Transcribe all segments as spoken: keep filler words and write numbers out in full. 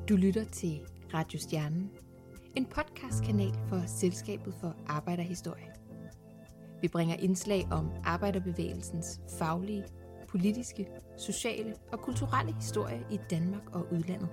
Du lytter til Radio Stjernen, en podcastkanal for Selskabet for Arbejderhistorie. Vi bringer indslag om arbejderbevægelsens faglige, politiske, sociale og kulturelle historie i Danmark og udlandet.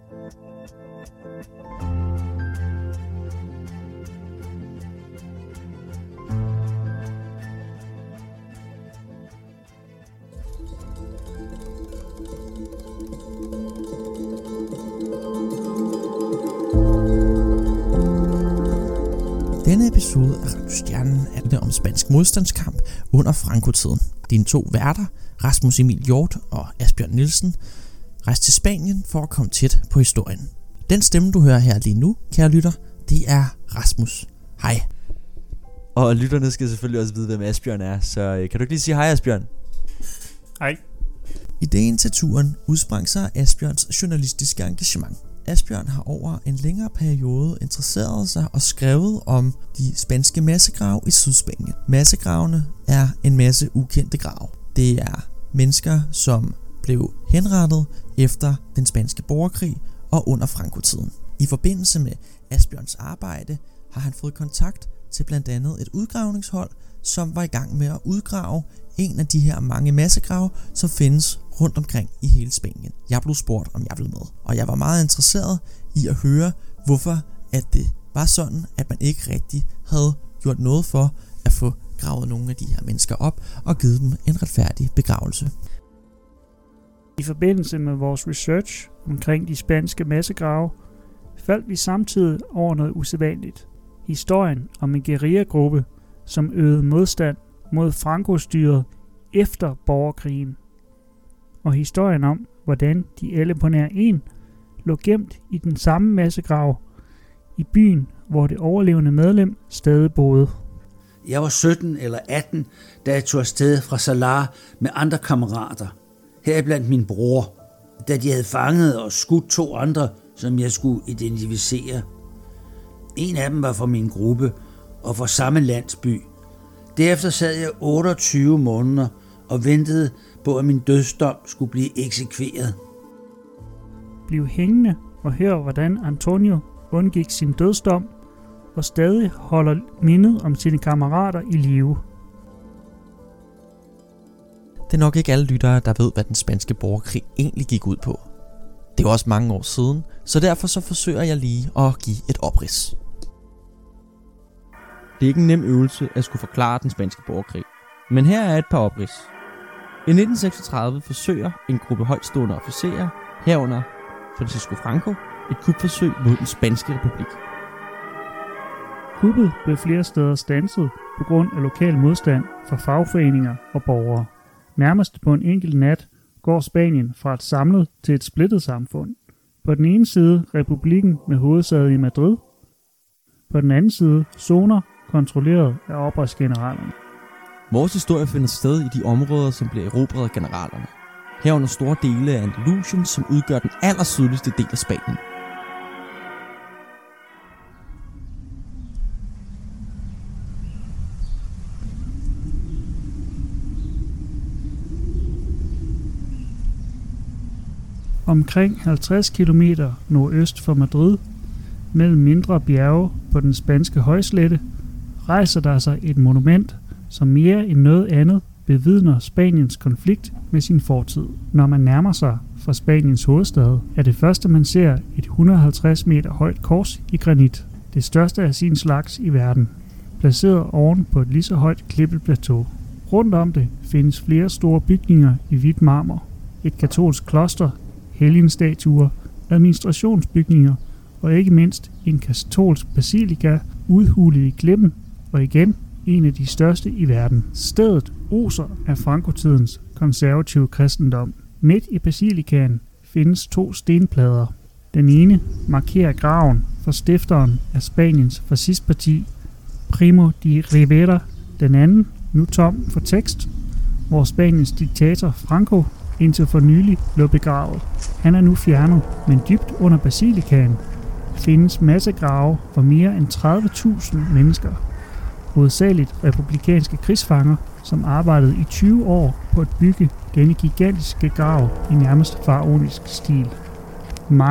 Denne episode af Radio Stjernen handler om spansk modstandskamp under Franco-tiden. Dine to værter, Rasmus Emil Hjort og Asbjørn Nielsen, rejste til Spanien for at komme tæt på historien. Den stemme, du hører her lige nu, kære lytter, det er Rasmus. Hej. Og lytterne skal selvfølgelig også vide, hvem Asbjørn er, så kan du ikke lige sige hej, Asbjørn? Hej. Ideen til turen udsprang sig af Asbjørns journalistiske engagement. Asbjørn har over en længere periode interesseret sig og skrevet om de spanske massegrave i Sydspanien. Massegravene er en masse ukendte grave. Det er mennesker, som blev henrettet efter den spanske borgerkrig og under Franco-tiden. I forbindelse med Asbjørns arbejde har han fået kontakt til blandt andet et udgravningshold, som var i gang med at udgrave en af de her mange massegrave, som findes rundt omkring i hele Spanien. Jeg blev spurgt, om jeg ville med, og jeg var meget interesseret i at høre, hvorfor at det var sådan, at man ikke rigtig havde gjort noget for at få gravet nogle af de her mennesker op og givet dem en retfærdig begravelse. I forbindelse med vores research omkring de spanske massegrave, faldt vi samtidig over noget usædvanligt. Historien om en guerillagruppe, som øvede modstand mod Franco-styret efter borgerkrigen. Og historien om, hvordan de alle på nær en lå gemt i den samme massegrav i byen, hvor det overlevende medlem stadig boede. Jeg var sytten eller atten, da jeg tog afsted fra Salar med andre kammerater. Heriblandt min bror, da de havde fanget og skudt to andre, som jeg skulle identificere. En af dem var fra min gruppe og fra samme landsby. Derefter sad jeg otteogtyve måneder og ventede på, at min dødsdom skulle blive eksekveret. Bliv hængende og hør, hvordan Antonio undgik sin dødsdom og stadig holder mindet om sine kammerater i live. Det er nok ikke alle lyttere, der ved, hvad den spanske borgerkrig egentlig gik ud på. Det er også mange år siden, så derfor så forsøger jeg lige at give et oprids. Det er ikke en nem øvelse at skulle forklare den spanske borgerkrig, men her er et par oprids. I nitten seksogtredive forsøger en gruppe højtstående officerer, herunder Francisco Franco, et kupforsøg mod den spanske republik. Kuppet blev flere steder standset på grund af lokal modstand fra fagforeninger og borgere. Nærmest på en enkelt nat går Spanien fra et samlet til et splittet samfund. På den ene side republikken med hovedsæde i Madrid, på den anden side zoner kontrolleret af oprørsgeneralerne. Vores historie finder sted i de områder, som blev erobret af generalerne. Herunder store dele af Andalusien, som udgør den allersydligste del af Spanien. Omkring halvtreds kilometer nordøst for Madrid, mellem mindre bjerge på den spanske højslette, rejser der sig et monument, som mere end noget andet bevidner Spaniens konflikt med sin fortid. Når man nærmer sig fra Spaniens hovedstad, er det første man ser et et hundrede og halvtreds meter højt kors i granit, det største af sin slags i verden, placeret oven på et lige så højt klippelplateau. Rundt om det findes flere store bygninger i hvidt marmor, et katolsk kloster, helgenstatuer, administrationsbygninger og ikke mindst en katolsk basilika udhulet i klippen, og igen en af de største i verden. Stedet oser af Franco-tidens konservative kristendom. Midt i basilikaen findes to stenplader. Den ene markerer graven for stifteren af Spaniens fascistparti, Primo de Rivera. Den anden, nu tom for tekst, hvor Spaniens diktator Franco indtil for nylig lå begravet. Han er nu fjernet, men dybt under basilikaen findes massegrave for mere end tredive tusind mennesker. Hovedsageligt republikanske krigsfanger, som arbejdede i tyve år på at bygge denne gigantiske grav i nærmest faraonisk stil. Mange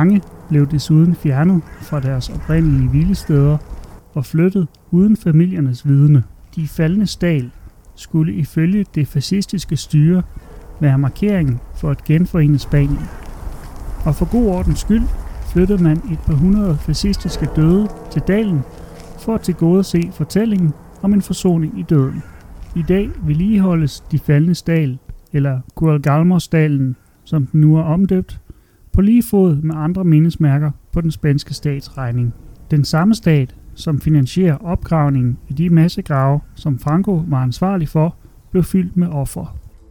blev desuden fjernet fra deres oprindelige hvilesteder og flyttet uden familiernes vidne. De faldne Dal skulle ifølge det fascistiske styre være markeringen for at genforene Spanien. Og for god ordens skyld flyttede man et par hundrede fascistiske døde til dalen for at tilgodese fortællingen om en forsoning i døden. I dag vedligeholdes de faldne Dal, eller Guadalgamosdalen, som den nu er omdøbt, på lige fod med andre mindesmærker på den spanske stats regning. Den samme stat, som finansierer opgravningen i de massegrave, som Franco var ansvarlig for, blev fyldt med ofre.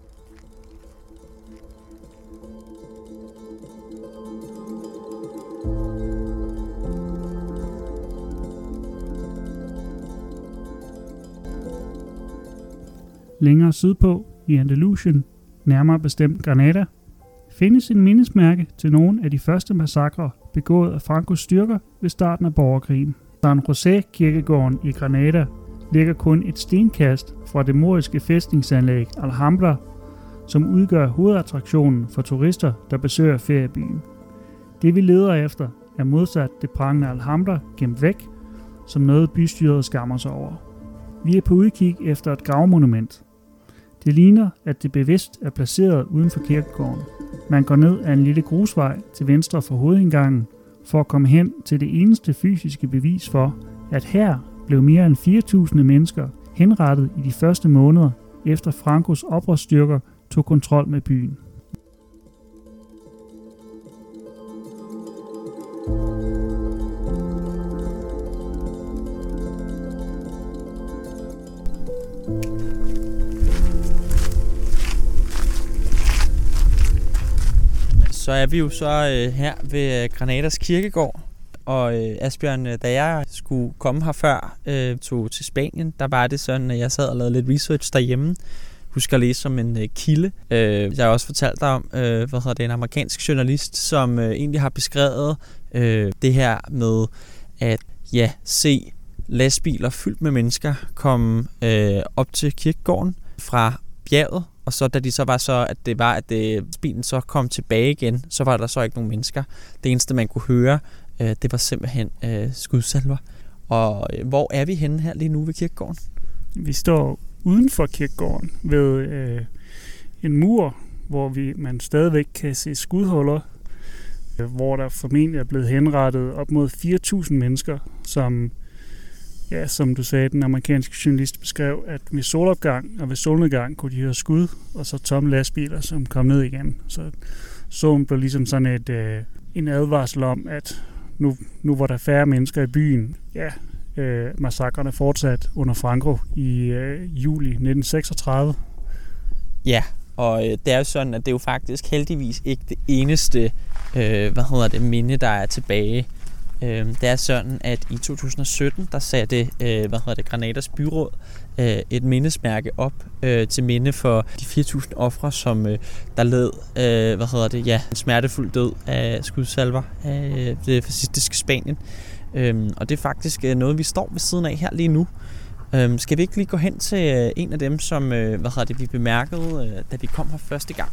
Længere sydpå, i Andalusien, nærmere bestemt Granada, findes en mindesmærke til nogle af de første massakrer begået af Francos styrker ved starten af borgerkrigen. San José kirkegården i Granada ligger kun et stenkast fra det moriske fæstningsanlæg Alhambra, som udgør hovedattraktionen for turister, der besøger feriebyen. Det vi leder efter er modsat det prangende Alhambra gemt væk, som noget bystyret skammer sig over. Vi er på udkig efter et gravmonument. Det ligner, at det bevidst er placeret uden for kirkegården. Man går ned ad en lille grusvej til venstre for hovedindgangen for at komme hen til det eneste fysiske bevis for, at her blev mere end fire tusind mennesker henrettet i de første måneder efter Francos oprørsstyrker tog kontrol med byen. Så er vi jo så øh, her ved Granadas kirkegård, og øh, Asbjørn, da jeg skulle komme her før, øh, tog til Spanien, der var det sådan, at jeg sad og lavede lidt research derhjemme. Husker at læse som en øh, kilde. Øh, jeg har også fortalt dig om, øh, hvad hedder det, en amerikansk journalist, som øh, egentlig har beskrevet øh, det her med at ja, se lastbiler fyldt med mennesker komme øh, op til kirkegården fra bjerget. Og så da de så var så, at det var, at det, bilen så kom tilbage igen, så var der så ikke nogen mennesker. Det eneste, man kunne høre, øh, det var simpelthen øh, skudsalver. Og øh, hvor er vi henne her lige nu ved kirkegården? Vi står uden for kirkegården ved øh, en mur, hvor vi man stadigvæk kan se skudhuller, øh, hvor der formentlig er blevet henrettet op mod fire tusind mennesker, som... Ja, som du sagde, den amerikanske journalist beskrev, at ved solopgang og ved solnedgang kunne de høre skud, og så tomme lastbiler, som kom ned igen. Så solen blev ligesom sådan et, øh, en advarsel om, at nu, nu var der færre mennesker i byen. Ja, øh, massakrene fortsat under Franco i øh, juli nitten seksogtredive. Ja, og øh, det er jo sådan, at det er jo faktisk heldigvis ikke det eneste øh, hvad hedder det, minde, der er tilbage. Det er sådan, at i to tusind og sytten, der satte hvad hedder det, Granadas byråd et mindesmærke op til minde for de fire tusind ofre, som der led hvad hedder det, ja, en smertefuld død af skudsalver af det fascistiske Spanien. Og det er faktisk noget, vi står ved siden af her lige nu. Skal vi ikke lige gå hen til en af dem, som hvad hedder det, vi bemærkede, da vi kom her første gang?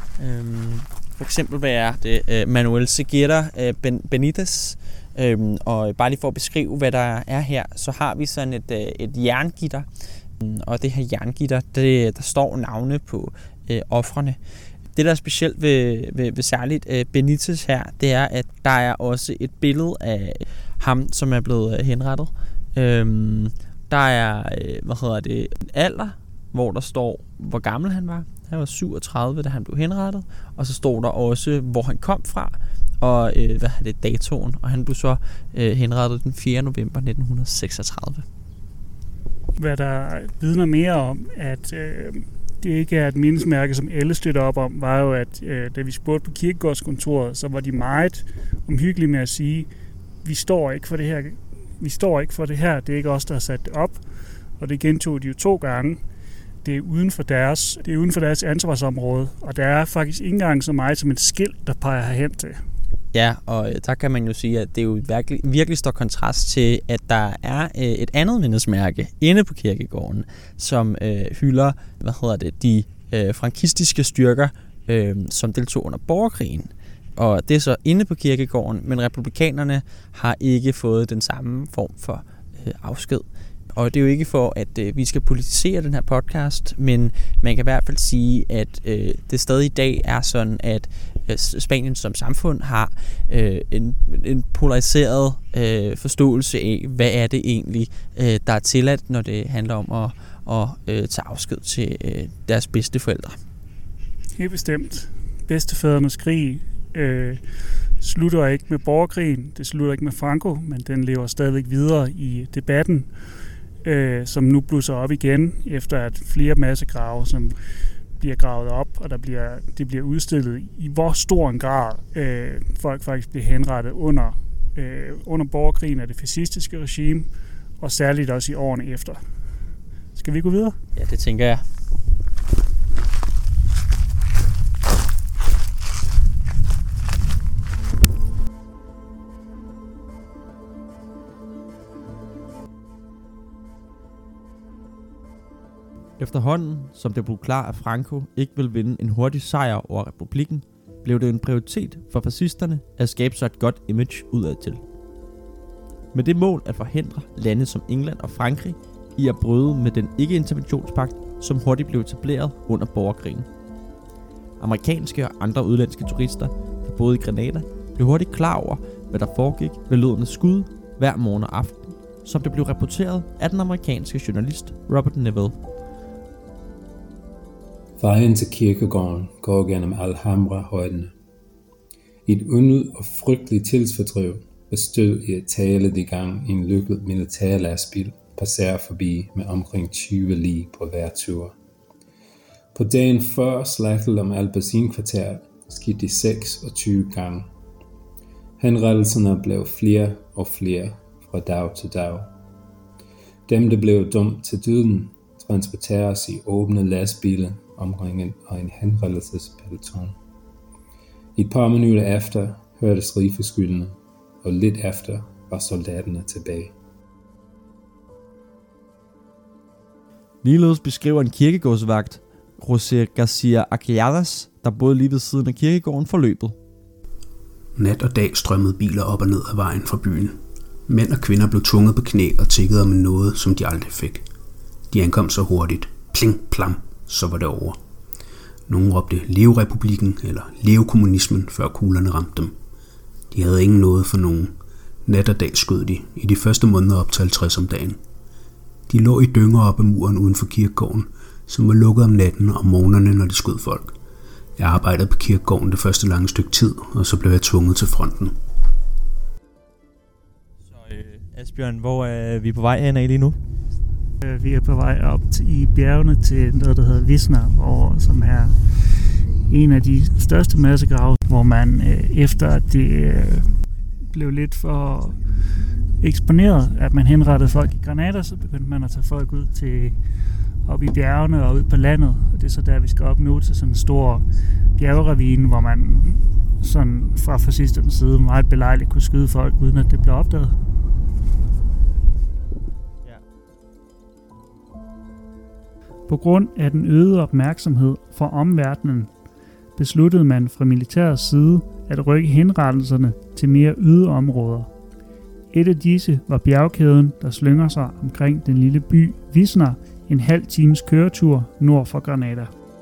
For eksempel være det Manuel Ceguera Benitez. Øhm, og bare lige for at beskrive, hvad der er her, så har vi sådan et, øh, et jerngitter. Og det her jerngitter, det, der står navne på øh, ofrene. Det, der er specielt ved, ved, ved særligt øh, Benitez her, det er, at der er også et billede af ham, som er blevet øh, henrettet. Øhm, der er, øh, hvad hedder det, en alder, hvor der står, hvor gammel han var. Han var syvogtredive, da han blev henrettet. Og så står der også, hvor han kom fra. Og øh, hvad er det, datoen, og han blev så øh, henrettet den fjerde november nitten seksogtredive. Hvad der vidner mere om, at øh, det ikke er et mindesmærke, som alle støtter op om, var jo, at øh, da vi spurgte på kirkegårdskontoret, så var de meget omhyggelige med at sige, vi står ikke for det her, vi står ikke for det her, det er ikke os, der har sat det op, og det gentog de jo to gange. Det er uden for deres, det er uden for deres ansvarsområde, og der er faktisk ikke engang så meget som et skilt, der peger herhen til. Ja, og der kan man jo sige, at det jo virkelig, virkelig står kontrast til, at der er øh, et andet mindesmærke inde på kirkegården, som øh, hylder, hvad hedder det, de øh, frankistiske styrker, øh, som deltog under borgerkrigen. og det er så inde på kirkegården, men republikanerne har ikke fået den samme form for øh, afsked. Og det er jo ikke for, at øh, vi skal politisere den her podcast, men man kan i hvert fald sige, at øh, det stadig i dag er sådan, at øh, Spanien som samfund har øh, en, en polariseret øh, forståelse af, hvad er det egentlig, øh, der er tilladt, når det handler om at, at øh, tage afsked til øh, deres bedsteforældre. Helt bestemt. Bedstefædrenes krig øh, slutter ikke med borgerkrigen, det slutter ikke med Franco, men den lever stadigvæk videre i debatten, øh, som nu blusser op igen, efter at flere massegrave, som bliver gravet op, og der bliver, det bliver udstillet i hvor stor en grad øh, folk faktisk bliver henrettet under, øh, under borgerkrigen af det fascistiske regime, og særligt også i årene efter. Skal vi gå videre? Ja, det tænker jeg. Efterhånden, som det blev klar, at Franco ikke ville vinde en hurtig sejr over republikken, blev det en prioritet for fascisterne at skabe sig et godt image udadtil. Med det mål at forhindre lande som England og Frankrig i at bryde med den ikke-interventionspagt, som hurtigt blev etableret under borgerkrigen. Amerikanske og andre udlandske turister, der boede i Granada, blev hurtigt klar over, hvad der foregik ved lyden af skud hver morgen og aften, som det blev rapporteret af den amerikanske journalist Robert Neville. Vejen til kirkegården går gennem Alhambra-højdene. Et unød og frygteligt tidsfordriv bestod i at tale de gang i en lukket militærlastbil passerer forbi med omkring tyve lig på hver tur. På dagen før slagtet om Albaicin-kvarteret skete de seksogtyve gange. Henrettelserne blev flere og flere fra dag til dag. Dem, der blev dømt til døden, transporteres i åbne lastbiler omkring og en henrettelsespeloton. Et par minutter efter hørtes rifelskyldene, og lidt efter var soldaterne tilbage. Ligeledes beskriver en kirkegårdsvagt, José García Aquiladas, der boede lige ved siden af kirkegården, forløbet. Nat og dag strømmede biler op og ned ad vejen fra byen. Mænd og kvinder blev tvunget på knæ og tiggede om noget, som de aldrig fik. De ankom så hurtigt. Pling, plam, så var det over. Nogle råbte Leve republikken eller Leve kommunismen, før kuglerne ramte dem. De havde ingen noget for nogen. Nat og dag skød de, i de første måneder op til halvtreds om dagen. De lå i dynger op ad muren uden for kirkegården, som var lukket om natten og morgenerne, når de skød folk. Jeg arbejdede på kirkegården det første lange stykke tid, og så blev jeg tvunget til fronten. Så øh, Asbjørn, hvor er vi på vej hen af lige nu? Vi er på vej op til, i bjergene til noget, der hedder Visna, hvor, som er en af de største massegrave, hvor man øh, efter at det øh, blev lidt for eksponeret, at man henrettede folk i Granada, så begyndte man at tage folk ud til op i bjergene og ud på landet. Og det er så der, vi skal op nu til sådan en stor bjergeravine, hvor man sådan fra fascisternes side meget belejligt kunne skyde folk, uden at det blev opdaget. På grund af den øgede opmærksomhed fra omverdenen, besluttede man fra militærets side at rykke henrettelserne til mere øde områder. Et af disse var bjergkæden, der slynger sig omkring den lille by Visna, en halv times køretur nord for Granada.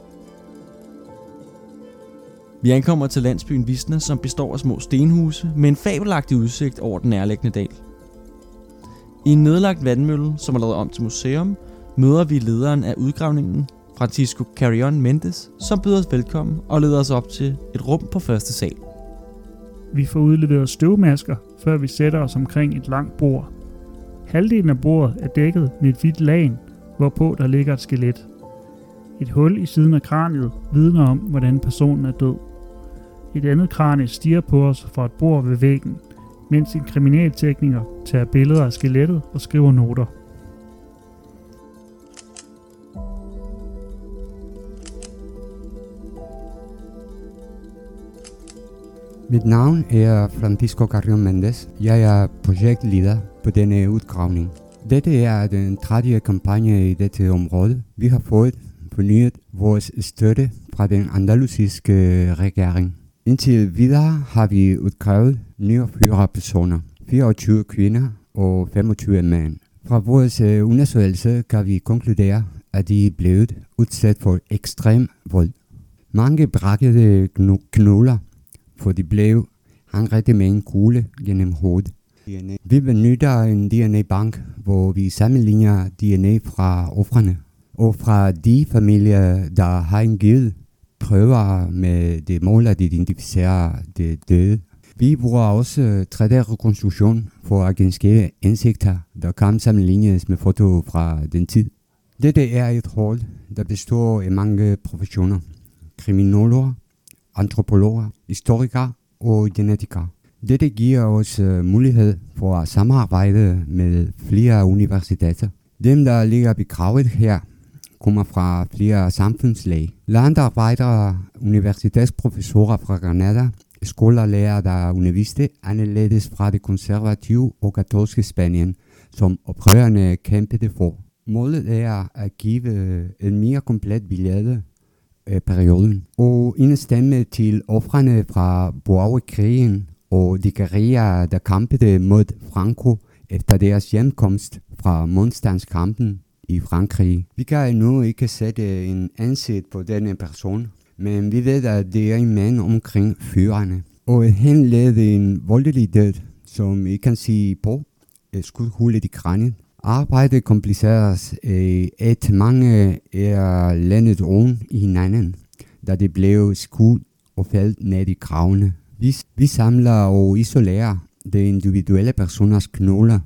Vi ankommer til landsbyen Visna, som består af små stenhuse med en fabelagtig udsigt over den nærliggende dal. I en nedlagt vandmølle, som er lavet om til museum, møder vi lederen af udgravningen, Francisco Carrion Mendes, som byder os velkommen og leder os op til et rum på første sal. Vi får udleveret støvmasker, før vi sætter os omkring et langt bord. Halvdelen af bordet er dækket med et hvidt lagen, hvorpå der ligger et skelet. Et hul i siden af kraniet vidner om, hvordan personen er død. Et andet kranie stiger på os fra et bord ved væggen, mens en kriminaltekniker tager billeder af skelettet og skriver noter. Mit navn er Francisco Carrion Mendes. Jeg er projektleder på denne udgravning. Dette er den tredje kampagne i dette område. Vi har fået fornyet vores støtte fra den andalusiske regering. Indtil videre har vi udkrævet niogfyrre personer, fireogtyve kvinder og femogtyve mænd. Fra vores undersøgelse kan vi konkludere, at de er blevet udsat for ekstrem vold. Mange brækkede knogler, for de blev angrebet med en kugle gennem hovedet. Vi benytter en D N A-bank, hvor vi sammenligner D N A fra ofrene og fra de familier, der har indgivet prøver med det mål at identificere det døde. Vi bruger også tre D-rekonstruktion for at genskabe ansigter, der kan sammenlignes med foto fra den tid. Dette er et hold, der består af mange professioner. Kriminologer, antropologer, historikere og genetikere. Dette giver os mulighed for at samarbejde med flere universiteter. Dem, der ligger begravet her, kommer fra flere samfundslag. Landarbejdere, universitetsprofessorer fra Granada, skolelærer, der underviste anderledes fra det konservative og katolske Spanien, som oprørerne kæmpede for. Målet er at give en mere komplet billede af perioden og en stemme til ofrene fra borgerkrigen og de guerrier, der kæmpede mod Franco efter deres hjemkomst fra modstandskampen i Frankrig. Vi kan endnu ikke sætte en ansigt på denne person, men vi ved, at det er en mand omkring fyrrerne. Og han led en voldelig død, som I kan se på skudhullet i kraniet. Arbejdet kompliceres af, at mange er landet oven i hinanden, da det blev skudt og faldt ned i gravene. Vi, vi samler og isolerer de individuelle personers knogler,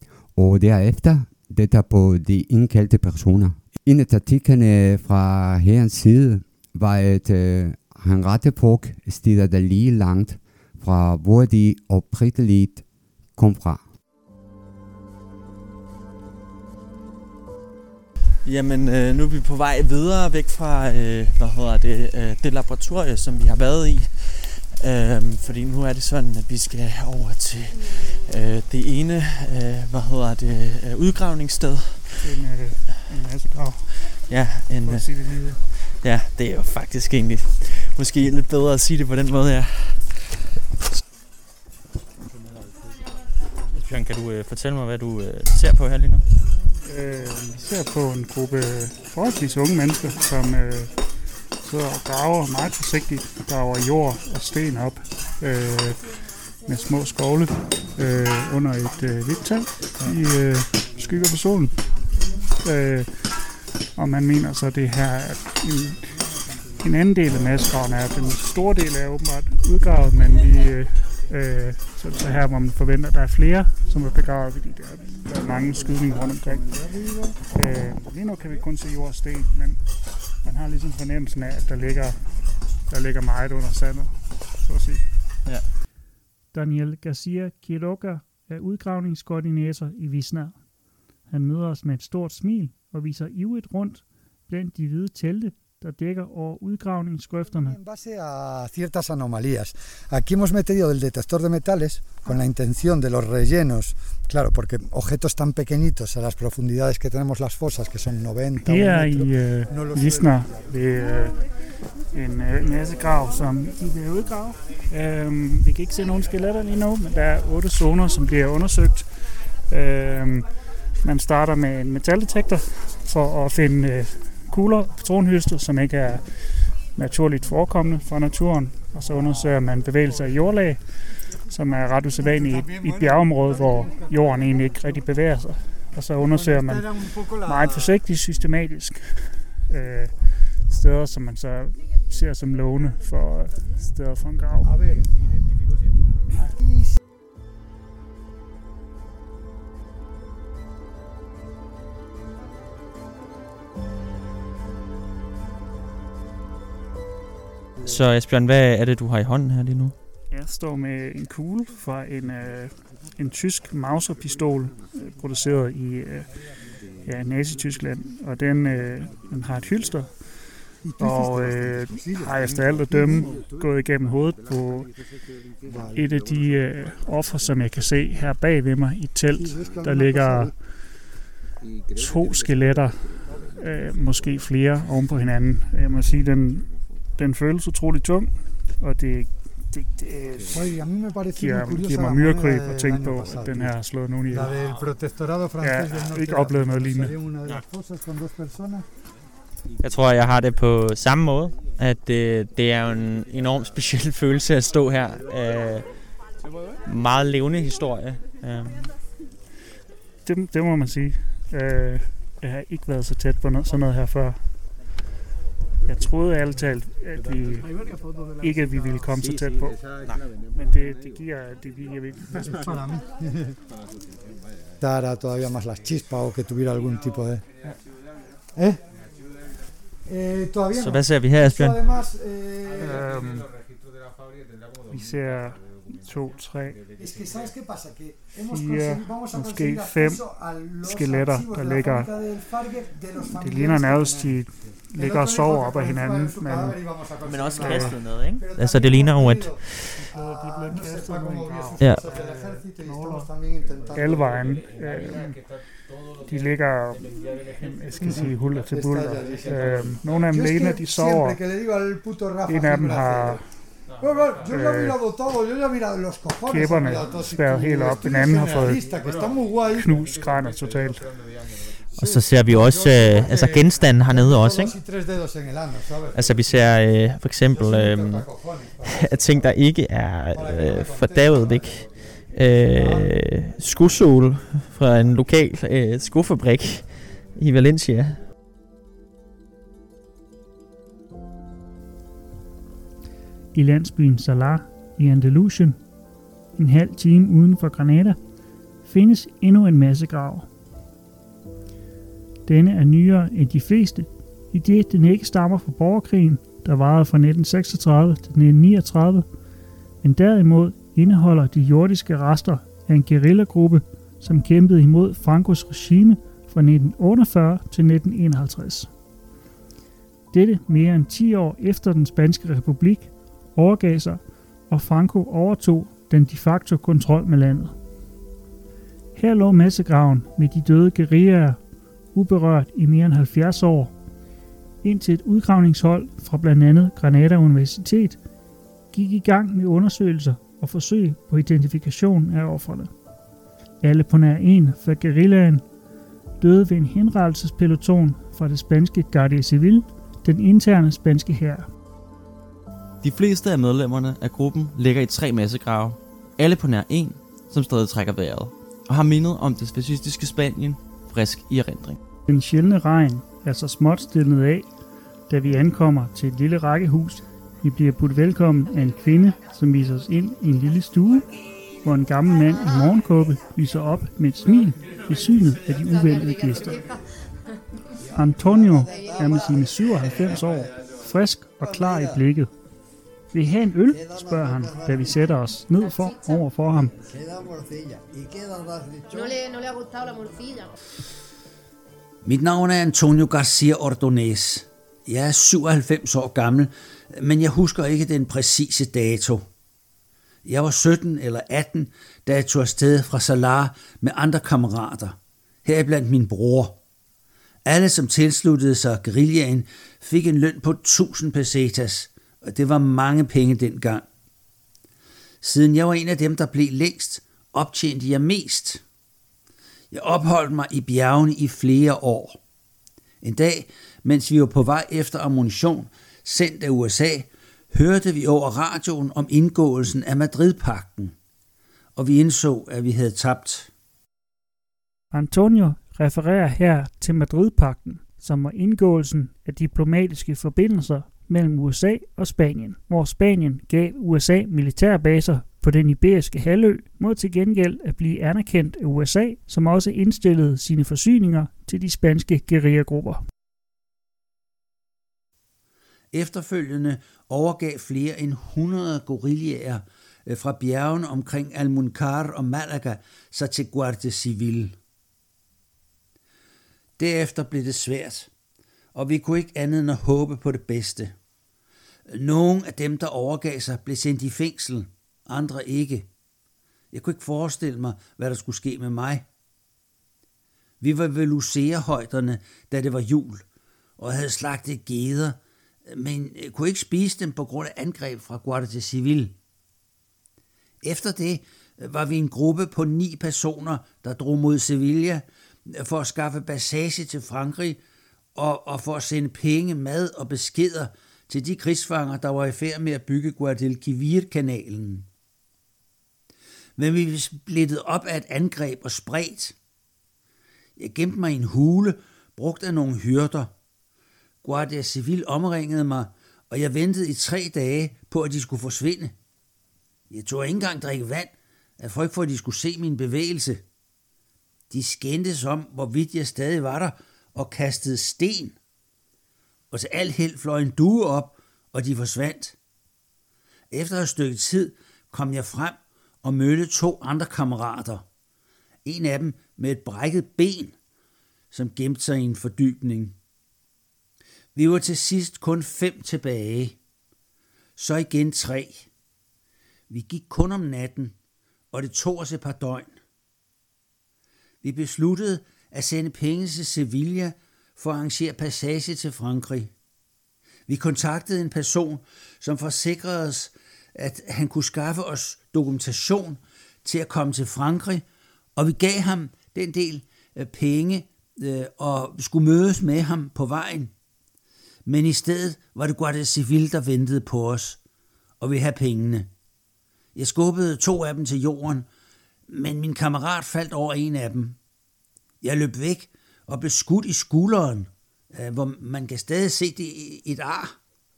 og derefter dette på de indkaldte personer. En af taktikkerne fra herrens side var, at øh, han rette folk steder der lige langt fra, hvor de oprindeligt kom fra. Jamen, øh, nu er vi på vej videre væk fra øh, hvad hedder det, øh, det laboratorie, som vi har været i. Øhm, fordi nu er det sådan, at vi skal over til øh, det ene øh, hvad hedder det, øh, udgravningssted. En, øh, en masse grav. Ja, en, øh, ja, det er jo faktisk egentlig måske lidt bedre at sige det på den måde, ja. Bjørn, kan du øh, fortælle mig, hvad du øh, ser på her lige nu? Øh, vi ser på en gruppe forholdsvis unge mennesker, som øh, sidder og graver meget forsigtigt, graver jord og sten op øh, med små skovle øh, under et øh, hvidt tag i øh, skygger på solen. Øh, og man mener så, at det her er en, en anden del af massegraven er, den store del er åbenbart udgravet, men vi øh, øh, så, så her hvor man forventer, at der er flere, som er begravet, fordi der, der er mange skydninger rundt omkring. Øh, lige nu kan vi kun se jord og sten, men man har ligesom fornemmelsen af, at der ligger, der ligger meget under sandet, så at sige. Ja. Daniel Garcia Quiroga er udgravningskoordinator i Visnar. Han møder os med et stort smil og viser ivrigt rundt blandt de hvide telte, der dækker over udgravningsgrøfterne. En base a ciertas anomalías. Aquí hemos metido el detector de metales con la intención de los rellenos, claro, porque objetos tan pequeñitos a las profundidades que tenemos las fosas, que son noventa Her i uh, Visnar ved uh, en uh, massegrav, som de bliver udgravet. Uh, vi kan ikke se nogen skeletter lige nu, men der er otte zoner, som bliver undersøgt. Uh, man starter med en metaldetektor for at finde uh, kugler, patronhylster, som ikke er naturligt forekommende fra naturen, og så undersøger man bevægelser i jordlag, som er ret usædvanligt i et bjergeområde, hvor jorden egentlig ikke rigtig bevæger sig. Og så undersøger man meget forsigtigt, systematisk øh, steder, som man så ser som lovende for steder for en grav. Så Asbjørn, hvad er det, du har i hånden her lige nu? Jeg står med en kugle fra en, øh, en tysk Mauser-pistol, øh, produceret i øh, ja, Nazi-Tyskland, og den, øh, den har et hylster, og øh, har efter alt at dømme gået igennem hovedet på et af de øh, ofre, som jeg kan se her bag ved mig i et telt. Der ligger to skeletter, øh, måske flere oven på hinanden. Jeg må sige, den Den føles utroligt tung, og det det, det Oye, a mí me pareció giver, muy curiosa giver mig la myrekryb moneda at del tænke año på, pasado, at den her har slået nogen ihjel. La del protectorado francés Ja, del norte. ikke oplevet noget lignende. Sería una de las cosas con dos personas. Jeg tror, jeg har det på samme måde, at det, det er jo en enormt speciel følelse at stå her. Øh, meget levende historie. Øh. Det, det må man sige. Øh, jeg har ikke været så tæt på noget, sådan noget her før. Jeg troede ærligt talt, at vi ikke at vi ville komme så tæt på. Men det, det giver det giver virkelig. Dar todavía más las chispas o que tuviera algún tipo de... ¿Eh? Eh, todavía Så no. hvad ser vi her, Asbjørn? Además, eh, Um, vi ser to, tre, es que sabes qué pasa que hemos fire, conseguido, vamos a måske conseguir fem acceso a los skeletter, archivos der de la ligger. fábrica del Fargue de los Det familiares ligner que nærmest, tenían. de ligger og sover op ad hinanden, men Men også kastet ned, ikke? Altså, det ligner jo, at Ja. alle vejen, øh, de ligger, jeg skal sige, hulter til bulter. Øh, nogle af dem ligner, de sover. En af dem har kæberne spærret helt op. Den anden har fået knust grænder totalt. Og så ser vi også øh, altså genstanden hernede også, ikke? Altså vi ser øh, for eksempel øh, ting, der ikke er øh, fordavet væk. Øh, skosål fra en lokal øh, skofabrik i Valencia. I landsbyen Salar i Andalusien, en halv time uden for Granada, findes endnu en massegrav. Denne er nyere end de fleste, idet den ikke stammer fra borgerkrigen, der varede fra nitten seksogtredive til nitten niogtredive, men derimod indeholder de jordiske rester af en guerillagruppe, som kæmpede imod Francos regime fra nitten otteogfyrre til nitten enoghalvtreds. Dette mere end ti år efter den spanske republik overgav sig, og Franco overtog den de facto kontrol med landet. Her lå massegraven med de døde guerillaer uberørt i mere end halvfjerds år, indtil et udgravningshold fra blandt andet Granada Universitet gik i gang med undersøgelser og forsøg på identifikation af ofrene. Alle på nær en fra guerillaen døde ved en henrettelsespeloton fra det spanske Guardia Civil, den interne spanske hær. De fleste af medlemmerne af gruppen ligger i tre massegrave, alle på nær en, som stadig trækker vejret, og har mindet om det fascistiske Spanien frisk i erindring. Den sjældne regn er så småt stillet af, da vi ankommer til et lille rækkehus. Vi bliver budt velkommen af en kvinde, som viser os ind i en lille stue, hvor en gammel mand i morgenkåbe lyser op med et smil ved synet af de uventede gæster. Antonio er med sine syvoghalvfems år frisk og klar i blikket. Vil I have en øl, spørger han, da vi sætter os ned for over for ham. Mit navn er Antonio Garcia Ordonez. Jeg er syvoghalvfems år gammel, men jeg husker ikke den præcise dato. Jeg var sytten eller atten, da jeg tog afsted fra Salar med andre kammerater, heriblandt min bror. Alle, som tilsluttede sig guerillaen, fik en løn på tusind pesetas, og det var mange penge dengang. Siden jeg var en af dem, der blev længst, optjente jeg mest. Jeg opholdt mig i bjergene i flere år. En dag, mens vi var på vej efter ammunition, sendt af U S A, hørte vi over radioen om indgåelsen af Madrid-pagten, og vi indså, at vi havde tabt. Antonio refererer her til Madrid-pagten, som var indgåelsen af diplomatiske forbindelser mellem U S A og Spanien, hvor Spanien gav U S A militærbaser på den iberiske halvø, mod til gengæld at blive anerkendt af U S A, som også indstillede sine forsyninger til de spanske guerillagrupper. Efterfølgende overgav flere end hundrede guerillaer fra bjergene omkring Almuncar og Malaga sig til Guardia Civil. Derefter blev det svært, og vi kunne ikke andet end at håbe på det bedste. Nogle af dem, der overgav sig, blev sendt i fængsel, andre ikke. Jeg kunne ikke forestille mig, hvad der skulle ske med mig. Vi var ved Lucea-højderne, da det var jul, og havde slagtet geder, men kunne ikke spise dem på grund af angreb fra Guardia Civil. Efter det var vi en gruppe på ni personer, der drog mod Sevilla for at skaffe passage til Frankrig og, og for at sende penge, mad og beskeder til de krigsfanger, der var i færd med at bygge Guadalquivir-kanalen. Men vi blev splittet op af et angreb og spredt. Jeg gemte mig i en hule, brugt af nogle hyrder. Guardia Civil omringede mig, og jeg ventede i tre dage på, at de skulle forsvinde. Jeg tog ikke engang drikke vand, af frygt for, at de skulle se min bevægelse. De skændtes om, hvorvidt jeg stadig var der, og kastede sten. Og til al held fløj en due op, og de forsvandt. Efter et stykke tid kom jeg frem og mødte to andre kammerater. En af dem med et brækket ben, som gemte sig i en fordybning. Vi var til sidst kun fem tilbage. Så igen tre. Vi gik kun om natten, og det tog os et par døgn. Vi besluttede at sende penge til Sevilla for at arrangere passage til Frankrig. Vi kontaktede en person, som forsikrede os, at han kunne skaffe os dokumentation til at komme til Frankrig, og vi gav ham den del penge og skulle mødes med ham på vejen. Men i stedet var det Guardia Civil, der ventede på os, og ville have pengene. Jeg skubbede to af dem til jorden, men min kammerat faldt over en af dem. Jeg løb væk og blev skudt i skulderen, hvor man kan stadig se det et ar.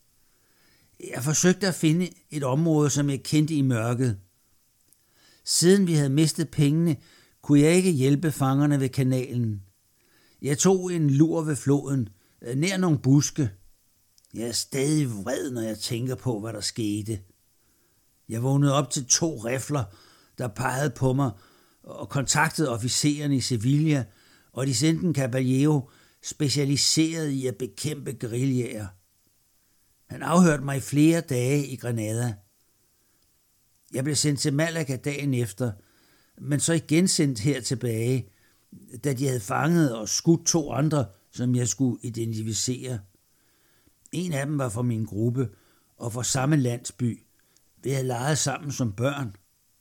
Jeg forsøgte at finde et område, som jeg kendte i mørket. Siden vi havde mistet pengene, kunne jeg ikke hjælpe fangerne ved kanalen. Jeg tog en lur ved floden, nær nogle buske. Jeg er stadig vred, når jeg tænker på, hvad der skete. Jeg vågnede op til to rifler, der pegede på mig, og kontaktede officererne i Sevilla, og de sendte en caballero specialiseret i at bekæmpe guerillaer. Han afhørte mig i flere dage i Granada. Jeg blev sendt til Malaga dagen efter, men så igen sendt her tilbage, da de havde fanget og skudt to andre, som jeg skulle identificere. En af dem var fra min gruppe og fra samme landsby. Vi havde leget sammen som børn.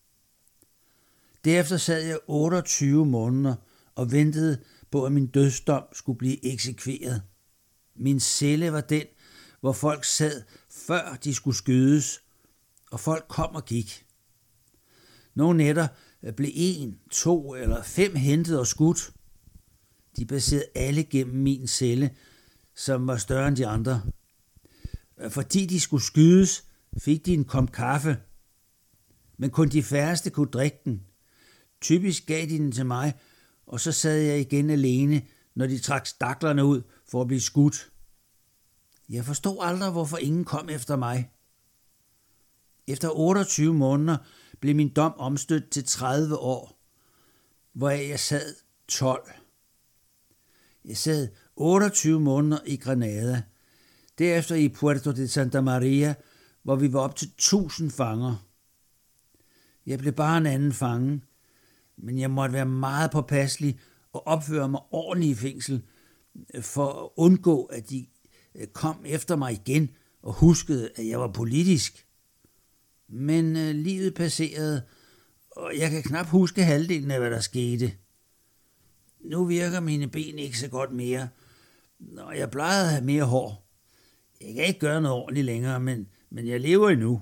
Derefter sad jeg otteogtyve måneder og ventede på, at min dødsdom skulle blive eksekveret. Min celle var den, hvor folk sad, før de skulle skydes, og folk kom og gik. Nogle nætter blev en, to eller fem hentet og skudt. De passerede alle gennem min celle, som var større end de andre. Fordi de skulle skydes, fik de en kop kaffe, men kun de færreste kunne drikke den. Typisk gav de den til mig, og så sad jeg igen alene, når de trak staklerne ud for at blive skudt. Jeg forstod aldrig, hvorfor ingen kom efter mig. Efter otteogtyve måneder blev min dom omstødt til tredive år, hvoraf jeg sad tolv. Jeg sad otteogtyve måneder i Granada, derefter i Puerto de Santa Maria, hvor vi var op til tusind fanger. Jeg blev bare en anden fange, men jeg måtte være meget påpasselig og opføre mig ordentligt i fængsel, for at undgå, at de kom efter mig igen og huskede, at jeg var politisk. Men øh, livet passerede, og jeg kan knap huske halvdelen af, hvad der skete. Nu virker mine ben ikke så godt mere, og jeg plejede at have mere hår. Jeg kan ikke gøre noget ordentligt længere, men, men jeg lever endnu.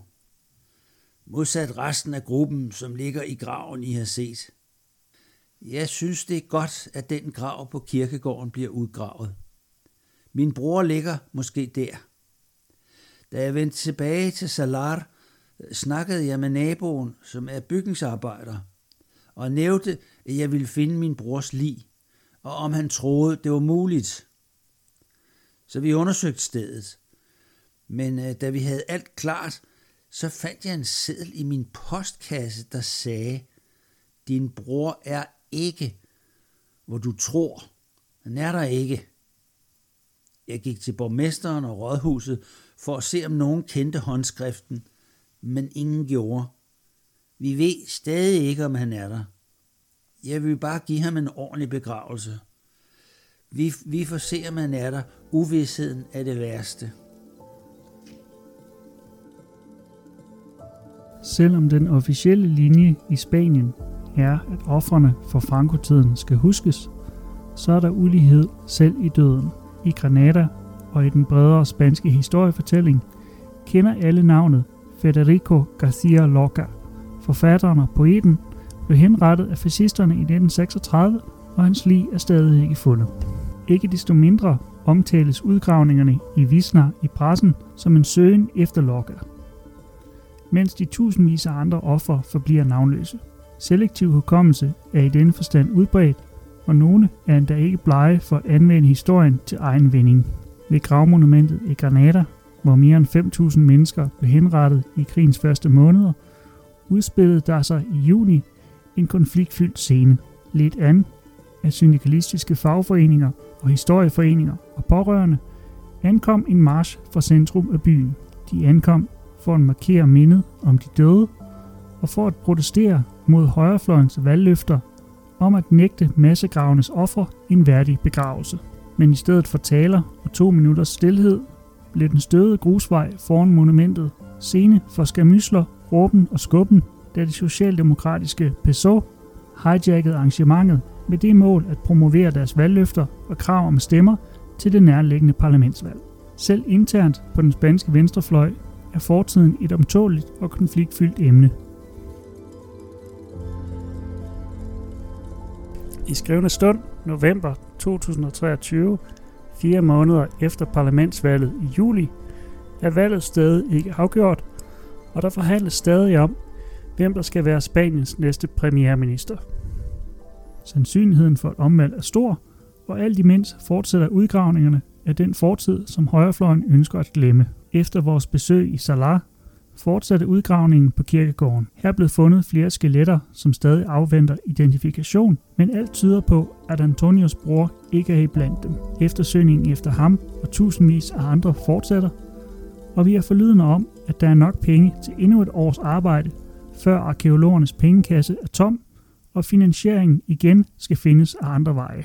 Modsat resten af gruppen, som ligger i graven, I har set. Jeg synes, det er godt, at den grav på kirkegården bliver udgravet. Min bror ligger måske der. Da jeg vendte tilbage til Salar, snakkede jeg med naboen, som er bygningsarbejder, og nævnte, at jeg ville finde min brors lig, og om han troede, det var muligt. Så vi undersøgte stedet. Men øh, da vi havde alt klart, så fandt jeg en seddel i min postkasse, der sagde, din bror er ikke, hvor du tror. Han er der ikke. Jeg gik til borgmesteren og rådhuset for at se, om nogen kendte håndskriften, men ingen gjorde. Vi ved stadig ikke, om han er der. Jeg vil bare give ham en ordentlig begravelse. Vi, vi får se, om han er der. Uvisheden er det værste. selvom den officielle linje i Spanien er, at ofrene for Franco-tiden skal huskes, så er der ulighed selv i døden. I Granada og i den bredere spanske historiefortælling kender alle navnet Federico García Lorca. Forfatteren og poeten blev henrettet af fascisterne i nitten seksogtredive, og hans lig er stadig ikke fundet. Ikke desto mindre omtales udgravningerne i Visnar i pressen som en søgen efter Lorca, mens de tusindvis af andre ofre forbliver navnløse. Selektiv hukommelse er i denne forstand udbredt, og nogle er endda ikke blege for at anvende historien til egen vinding. Ved gravmonumentet i Granada, hvor mere end fem tusind mennesker blev henrettet i krigens første måneder, udspillede der sig i juni en konfliktfyldt scene, ledt an af syndikalistiske fagforeninger og historieforeninger og pårørende, ankom en march fra centrum af byen. De ankom for at markere mindet om de døde og for at protestere mod højrefløjens valgløfter om at nægte massegravenes ofre en værdig begravelse. Men i stedet for taler og to minutters stilhed blev den støvede grusvej foran monumentet scene for skamysler, råben og skubben, da det socialdemokratiske P S O hijackede arrangementet med det mål at promovere deres valgløfter og krav om stemmer til det nærliggende parlamentsvalg. Selv internt på den spanske venstrefløj er fortiden et omtåleligt og konfliktfyldt emne. I skrivende stund, november to tusind og treogtyve, fire måneder efter parlamentsvalget i juli, er valget stadig ikke afgjort, og der forhandles stadig om, hvem der skal være Spaniens næste premierminister. Sandsynligheden for et omvalg er stor, og alt imens fortsætter udgravningerne af den fortid, som højrefløjen ønsker at glemme. Efter vores besøg i Salar fortsatte udgravningen på kirkegården. Her er blevet fundet flere skeletter, som stadig afventer identifikation, men alt tyder på, at Antonios bror ikke er iblandt dem. Eftersøgningen efter ham og tusindvis af andre fortsætter, og vi er forlydende om, at der er nok penge til endnu et års arbejde, før arkæologernes pengekasse er tom, og finansieringen igen skal findes af andre veje.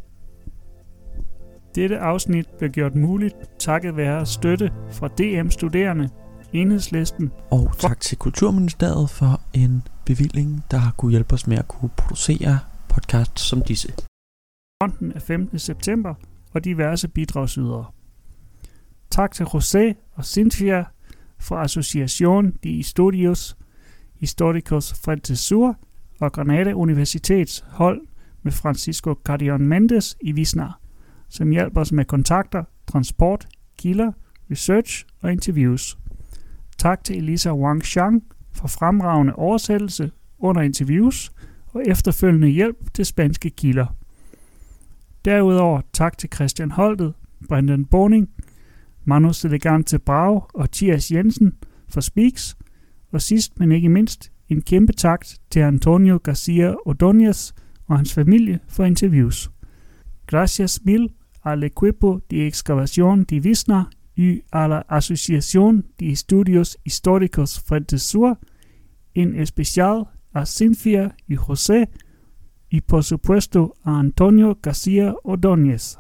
Dette afsnit blev gjort muligt takket være støtte fra D M-studerende, Enhedslisten og tak til Kulturministeriet for en bevilling, der har kunne hjælpe os med at kunne producere podcasts som disse. Fonden af femtende september og diverse bidragsydere. Tak til José og Cynthia fra Asociación de Estudios Históricos Frente Sur og Granada Universitets hold med Francisco Carrion Mendes i Visnar, som hjælper os med kontakter, transport, kilder, research og interviews. Tak til Elisa Wang Xiang for fremragende oversættelse under interviews og efterfølgende hjælp til spanske kilder. Derudover tak til Christian Holtet, Brendan Boning, Manos Elegante Brau og Thias Jensen for Speaks, og sidst men ikke mindst en kæmpe tak til Antonio García Ordóñez og hans familie for interviews. Gracias mil al equipo de excavación de Visnar y a la Asociación de Estudios Históricos Frente Sur, en especial a Cynthia y José, y por supuesto a Antonio García Ordóñez.